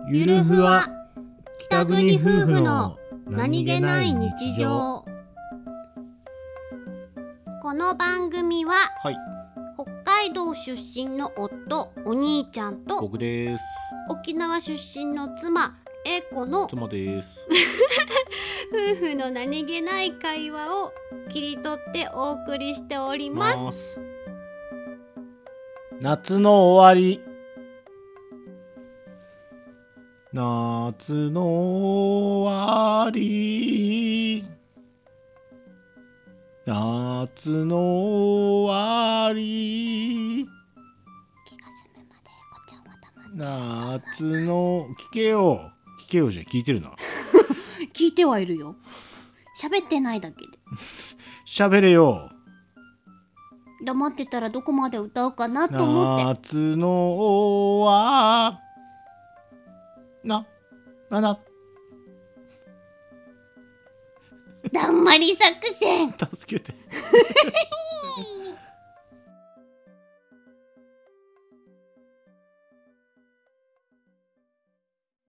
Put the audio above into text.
ゆるふわ北国夫婦の何気ない日常。 この番組は、 はい、 北海道出身の夫お兄ちゃんと僕です。 沖縄出身の妻英子の妻です。 夫婦の何気ない会話を切り取ってお送りしております。 夏の終わり、夏の終わり、夏の終わり、 気が済むまでこちゃんは黙って夏の聞けよじゃ聞いてるな。 聞いてはいるよ。喋ってないだけで。 喋れよ。 黙ってたらどこまで歌うかなと思って。 夏の終わだんまり作戦。 助けて。